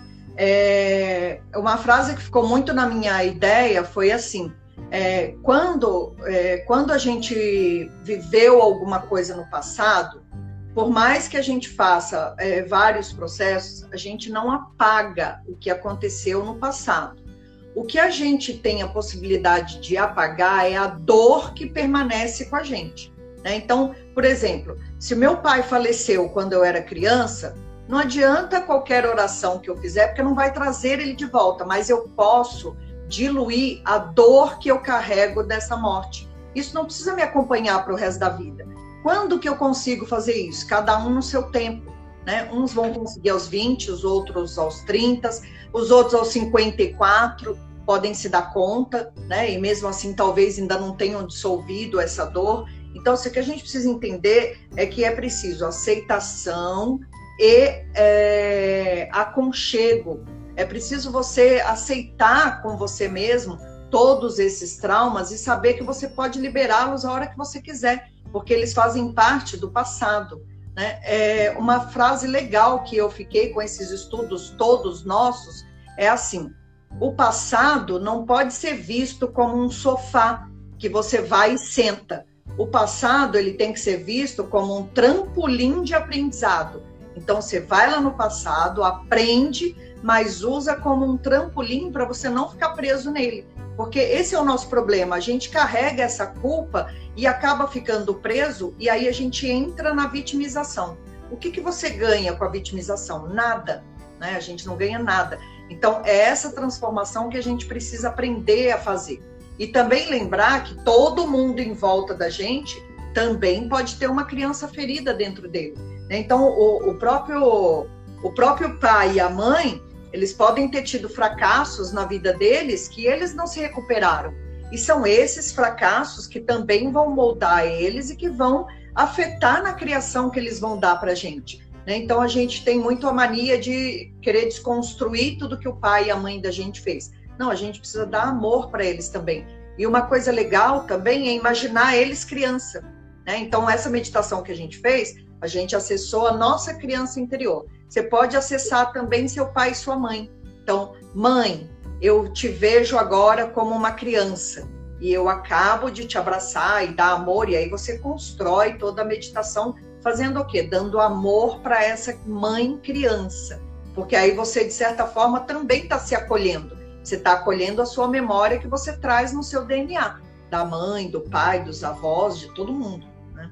A: Uma frase que ficou muito na minha ideia foi assim: quando a gente viveu alguma coisa no passado, por mais que a gente faça vários processos, a gente não apaga o que aconteceu no passado. O que a gente tem a possibilidade de apagar é a dor que permanece com a gente, né? Então, por exemplo, se meu pai faleceu quando eu era criança, não adianta qualquer oração que eu fizer, porque não vai trazer ele de volta, mas eu posso diluir a dor que eu carrego dessa morte. Isso não precisa me acompanhar para o resto da vida. Quando que eu consigo fazer isso? Cada um no seu tempo, né? Uns vão conseguir aos 20, os outros aos 30, os outros aos 54, podem se dar conta, né? E mesmo assim talvez ainda não tenham dissolvido essa dor. Então, o que a gente precisa entender é que é preciso aceitação e aconchego. É preciso você aceitar com você mesmo todos esses traumas e saber que você pode liberá-los a hora que você quiser, porque eles fazem parte do passado, né? Uma frase legal que eu fiquei com esses estudos todos nossos é assim: o passado não pode ser visto como um sofá que você vai e senta. O passado ele tem que ser visto como um trampolim de aprendizado. Então você vai lá no passado, aprende, mas usa como um trampolim para você não ficar preso nele. Porque esse é o nosso problema, a gente carrega essa culpa e acaba ficando preso, e aí a gente entra na vitimização. O que você ganha com a vitimização? Nada, né? A gente não ganha nada. Então é essa transformação que a gente precisa aprender a fazer. E também lembrar que todo mundo em volta da gente também pode ter uma criança ferida dentro dele. Então o próprio pai e a mãe, eles podem ter tido fracassos na vida deles que eles não se recuperaram. E são esses fracassos que também vão moldar eles e que vão afetar na criação que eles vão dar para a gente. Então, a gente tem muito a mania de querer desconstruir tudo que o pai e a mãe da gente fez. Não, a gente precisa dar amor para eles também. E uma coisa legal também é imaginar eles criança, né? Então, essa meditação que a gente fez, a gente acessou a nossa criança interior. Você pode acessar também seu pai e sua mãe. Então, mãe, eu te vejo agora como uma criança e eu acabo de te abraçar e dar amor, e aí você constrói toda a meditação fazendo o quê? Dando amor para essa mãe criança, porque aí você, de certa forma, também está se acolhendo. Você está acolhendo a sua memória que você traz no seu DNA, da mãe, do pai, dos avós, de todo mundo, né?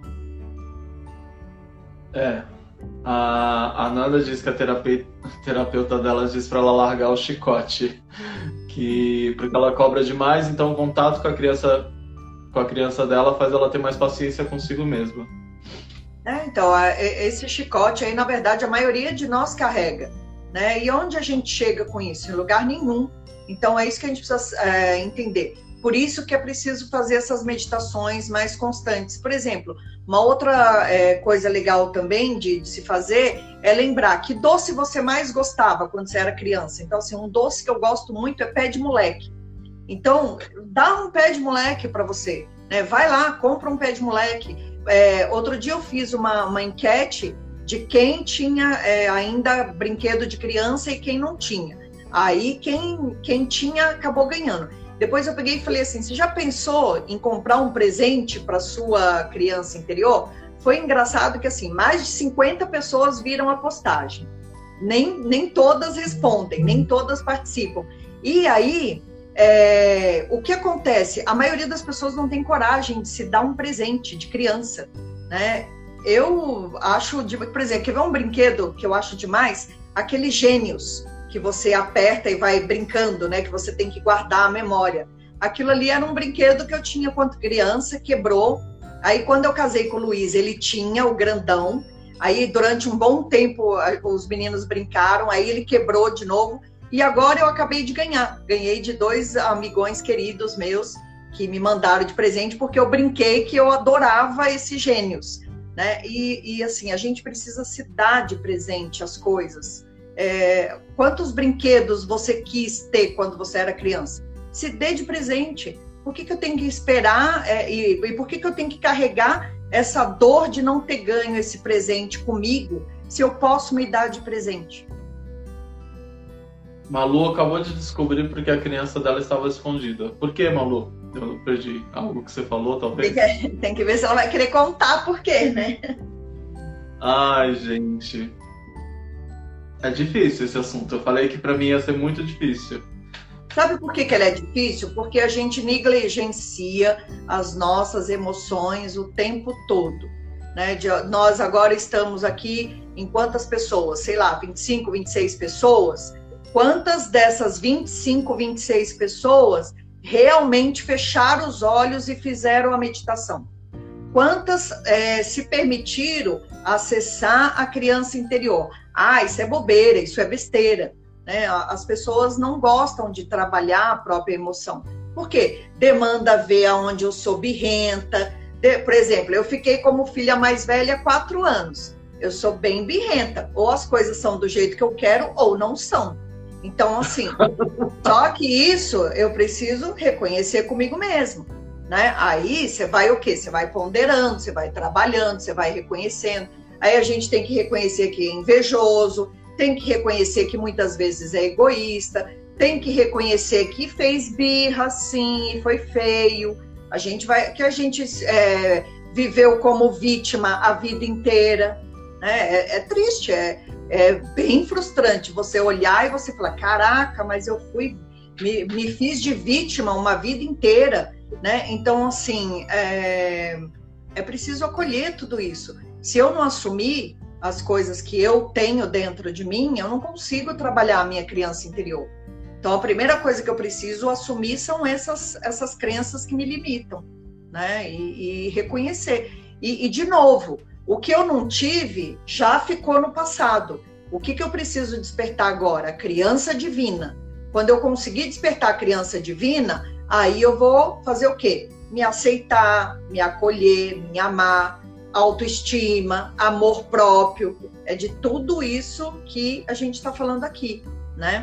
C: A Nanda diz que a terapeuta dela diz para ela largar o chicote, porque ela cobra demais, então o contato com a criança dela faz ela ter mais paciência consigo mesma.
A: Então, esse chicote aí, na verdade, a maioria de nós carrega, né? E onde a gente chega com isso? Em lugar nenhum. Então, é isso que a gente precisa entender. Por isso que é preciso fazer essas meditações mais constantes. Por exemplo, uma outra coisa legal também de se fazer é lembrar que doce você mais gostava quando você era criança. Então, assim, um doce que eu gosto muito é pé de moleque. Então, dá um pé de moleque para você, né? Vai lá, compra um pé de moleque. Outro dia eu fiz uma enquete de quem tinha ainda brinquedo de criança e quem não tinha. Aí quem tinha acabou ganhando. Depois eu peguei e falei assim: você já pensou em comprar um presente para sua criança interior? Foi engraçado que assim, mais de 50 pessoas viram a postagem. Nem todas respondem, nem todas participam. E aí, o que acontece? A maioria das pessoas não tem coragem de se dar um presente de criança, né? Eu acho, por exemplo, quer ver um brinquedo que eu acho demais? Aqueles gênios que você aperta e vai brincando, né? Que você tem que guardar a memória. Aquilo ali era um brinquedo que eu tinha quando criança, quebrou, Aí, quando eu casei com o Luiz, ele tinha o grandão. Aí, durante um bom tempo, os meninos brincaram. Aí, ele quebrou de novo. E agora eu acabei de ganhar. Ganhei de 2 amigões queridos meus que me mandaram de presente, porque eu brinquei que eu adorava esses gênios, né? E assim, a gente precisa se dar de presente as coisas. Quantos brinquedos você quis ter quando você era criança? Se dê de presente. Por que eu tenho que esperar e por que eu tenho que carregar essa dor de não ter ganho esse presente comigo, se eu posso me dar de presente?
C: Malu acabou de descobrir porque a criança dela estava escondida. Por que, Malu? Eu perdi algo que você falou, talvez?
A: Tem que ver se ela vai querer contar por quê, né?
C: Ai, gente. É difícil esse assunto. Eu falei que para mim ia ser muito difícil.
A: Sabe por que ele é difícil? Porque a gente negligencia as nossas emoções o tempo todo, né? Nós agora estamos aqui em quantas pessoas? Sei lá, 25, 26 pessoas. Quantas dessas 25, 26 pessoas realmente fecharam os olhos e fizeram a meditação? Quantas se permitiram acessar a criança interior? Ah, isso é bobeira, isso é besteira. As pessoas não gostam de trabalhar a própria emoção. Por quê? Demanda ver aonde eu sou birrenta. Por exemplo, eu fiquei como filha mais velha 4 anos. Eu sou bem birrenta. Ou as coisas são do jeito que eu quero ou não são. Então, assim, só que isso eu preciso reconhecer comigo mesmo, né? Aí você vai o quê? Você vai ponderando, você vai trabalhando, você vai reconhecendo. Aí a gente tem que reconhecer que é invejoso, tem que reconhecer que muitas vezes é egoísta, tem que reconhecer que fez birra, sim, e foi feio. Que a gente viveu como vítima a vida inteira, né? É triste, é bem frustrante você olhar e você falar, caraca, mas eu me fiz de vítima uma vida inteira, né? Então, assim, é preciso acolher tudo isso. Se eu não assumir as coisas que eu tenho dentro de mim, eu não consigo trabalhar a minha criança interior. Então, a primeira coisa que eu preciso assumir são essas crenças que me limitam, né? E reconhecer. E, de novo, o que eu não tive já ficou no passado. O que eu preciso despertar agora? A criança divina. Quando eu conseguir despertar a criança divina, aí eu vou fazer o quê? Me aceitar, me acolher, me amar, autoestima, amor próprio. É de tudo isso que a gente está falando aqui, né?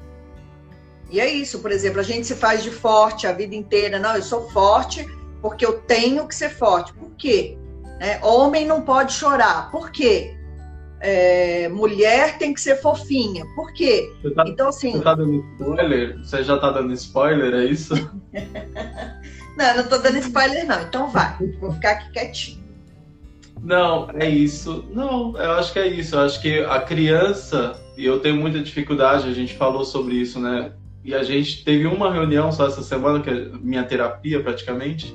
A: E é isso, por exemplo, a gente se faz de forte a vida inteira. Não, eu sou forte porque eu tenho que ser forte. Por quê? Homem não pode chorar. Por quê? Mulher tem que ser fofinha. Por quê? Então, assim...
C: Você tá dando spoiler? Você já tá dando spoiler, é isso?
A: Não tô dando spoiler, não. Então vai, vou ficar aqui quietinho.
C: Não, é isso. Não, eu acho que é isso. Eu acho que a criança, e eu tenho muita dificuldade, a gente falou sobre isso, né? E a gente teve uma reunião só essa semana, que é minha terapia praticamente.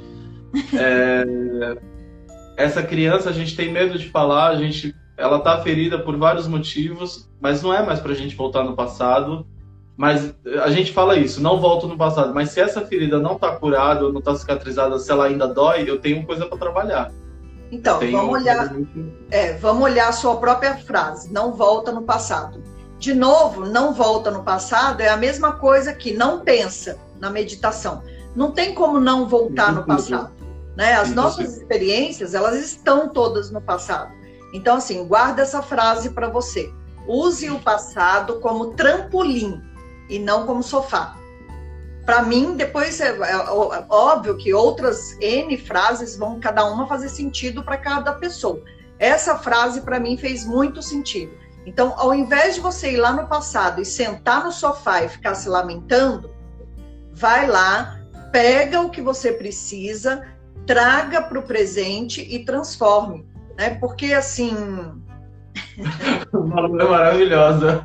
C: Essa criança, a gente tem medo de falar, ela tá ferida por vários motivos, mas não é mais pra gente voltar no passado. Mas a gente fala isso, não volto no passado. Mas se essa ferida não tá curada, ou não tá cicatrizada, se ela ainda dói, eu tenho coisa para trabalhar.
A: Então, vamos olhar a sua própria frase, não volta no passado. De novo, não volta no passado é a mesma coisa que não pensa na meditação. Não tem como não voltar no passado, né? As nossas experiências, elas estão todas no passado. Então, assim, guarda essa frase para você. Use o passado como trampolim e não como sofá. Para mim, depois é óbvio que outras N frases vão cada uma fazer sentido para cada pessoa. Essa frase, para mim, fez muito sentido. Então, ao invés de você ir lá no passado e sentar no sofá e ficar se lamentando, vai lá, pega o que você precisa, traga para o presente e transforme. Né? Porque, assim...
C: Malu é maravilhosa.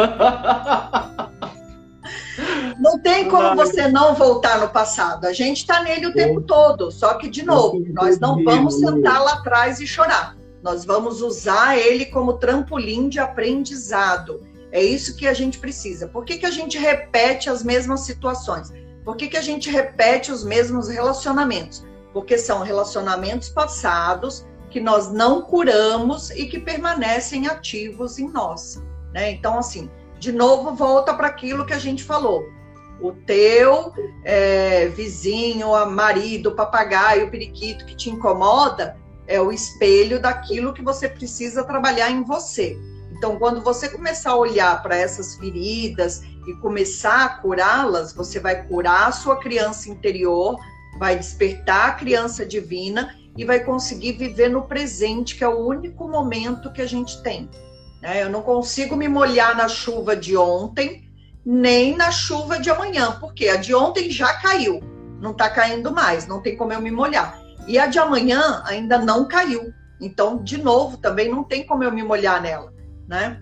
A: Não tem como você não voltar no passado. A gente está nele o tempo todo. Só que, de novo, nós não vamos sentar lá atrás e chorar. Nós vamos usar ele como trampolim de aprendizado. É isso que a gente precisa. Por que a gente repete as mesmas situações? Por que a gente repete os mesmos relacionamentos? porque são relacionamentos passados que nós não curamos e que permanecem ativos em nós, né? Então, assim, de novo, volta para aquilo que a gente falou. O teu vizinho, marido, papagaio, periquito que te incomoda é o espelho daquilo que você precisa trabalhar em você. Então, quando você começar a olhar para essas feridas e começar a curá-las, você vai curar a sua criança interior, vai despertar a criança divina e vai conseguir viver no presente, que é o único momento que a gente tem, né? Eu não consigo me molhar na chuva de ontem, nem na chuva de amanhã, porque a de ontem já caiu, não está caindo mais, não tem como eu me molhar. E a de amanhã ainda não caiu, então, de novo, também não tem como eu me molhar nela, né?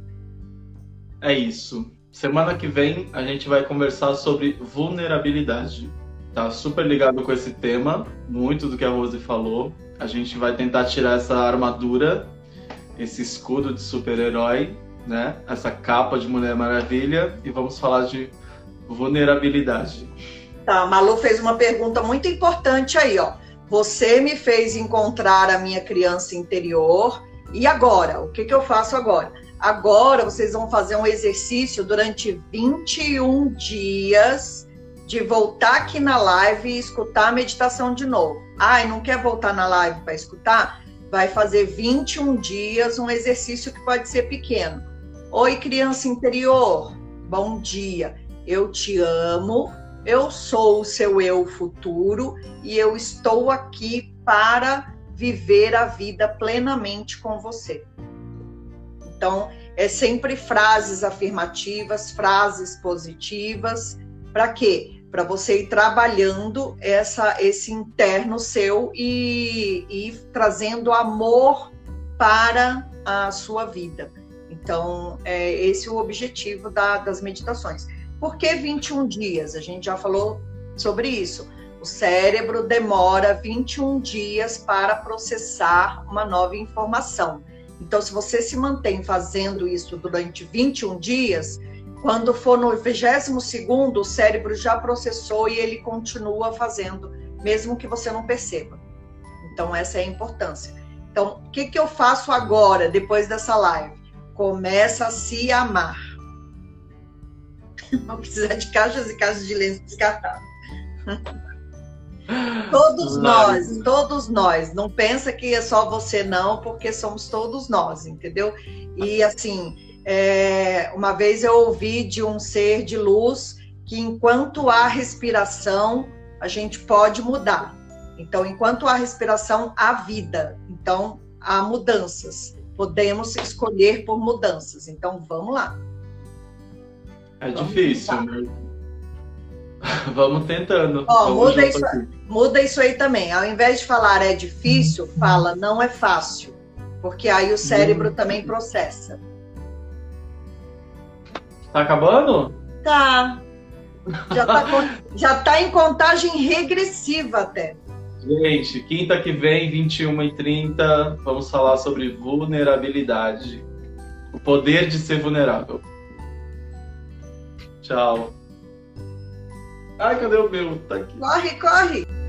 C: É isso. Semana que vem a gente vai conversar sobre vulnerabilidade. Tá super ligado com esse tema, muito do que a Rose falou. A gente vai tentar tirar essa armadura, esse escudo de super-herói, né? Essa capa de Mulher Maravilha, e vamos falar de vulnerabilidade.
A: Tá, a Malu fez uma pergunta muito importante aí, ó. Você me fez encontrar a minha criança interior, e agora? O que eu faço agora? Agora vocês vão fazer um exercício durante 21 dias de voltar aqui na live e escutar a meditação de novo. Ai, não quer voltar na live para escutar? Vai fazer 21 dias um exercício que pode ser pequeno. Oi, criança interior, bom dia. Eu te amo, eu sou o seu eu futuro e eu estou aqui para viver a vida plenamente com você. Então, é sempre frases afirmativas, frases positivas. Para quê? Para você ir trabalhando esse interno seu e trazendo amor para a sua vida. Então, esse é o objetivo das meditações. Por que 21 dias? A gente já falou sobre isso. O cérebro demora 21 dias para processar uma nova informação. Então, se você se mantém fazendo isso durante 21 dias, quando for no 22º, o cérebro já processou e ele continua fazendo, mesmo que você não perceba. Então, essa é a importância. Então, o que eu faço agora, depois dessa live? Começa a se amar. Não precisa de caixas e caixas de lenço descartável. Todos nós. Não pensa que é só você não, porque somos todos nós, entendeu? E assim, uma vez eu ouvi de um ser de luz que enquanto há respiração, a gente pode mudar. Então, enquanto há respiração, há vida. Então, há mudanças. Podemos escolher por mudanças. Então, vamos lá.
C: É difícil, né? Vamos tentando.
A: Ó, muda isso aí também. Ao invés de falar é difícil, fala não é fácil. Porque aí o cérebro também processa.
C: Tá acabando?
A: Tá. Já tá em contagem regressiva até.
C: Gente, quinta que vem, 21h30, vamos falar sobre vulnerabilidade. O poder de ser vulnerável. Tchau. Ai, cadê o meu? Tá aqui.
A: Corre!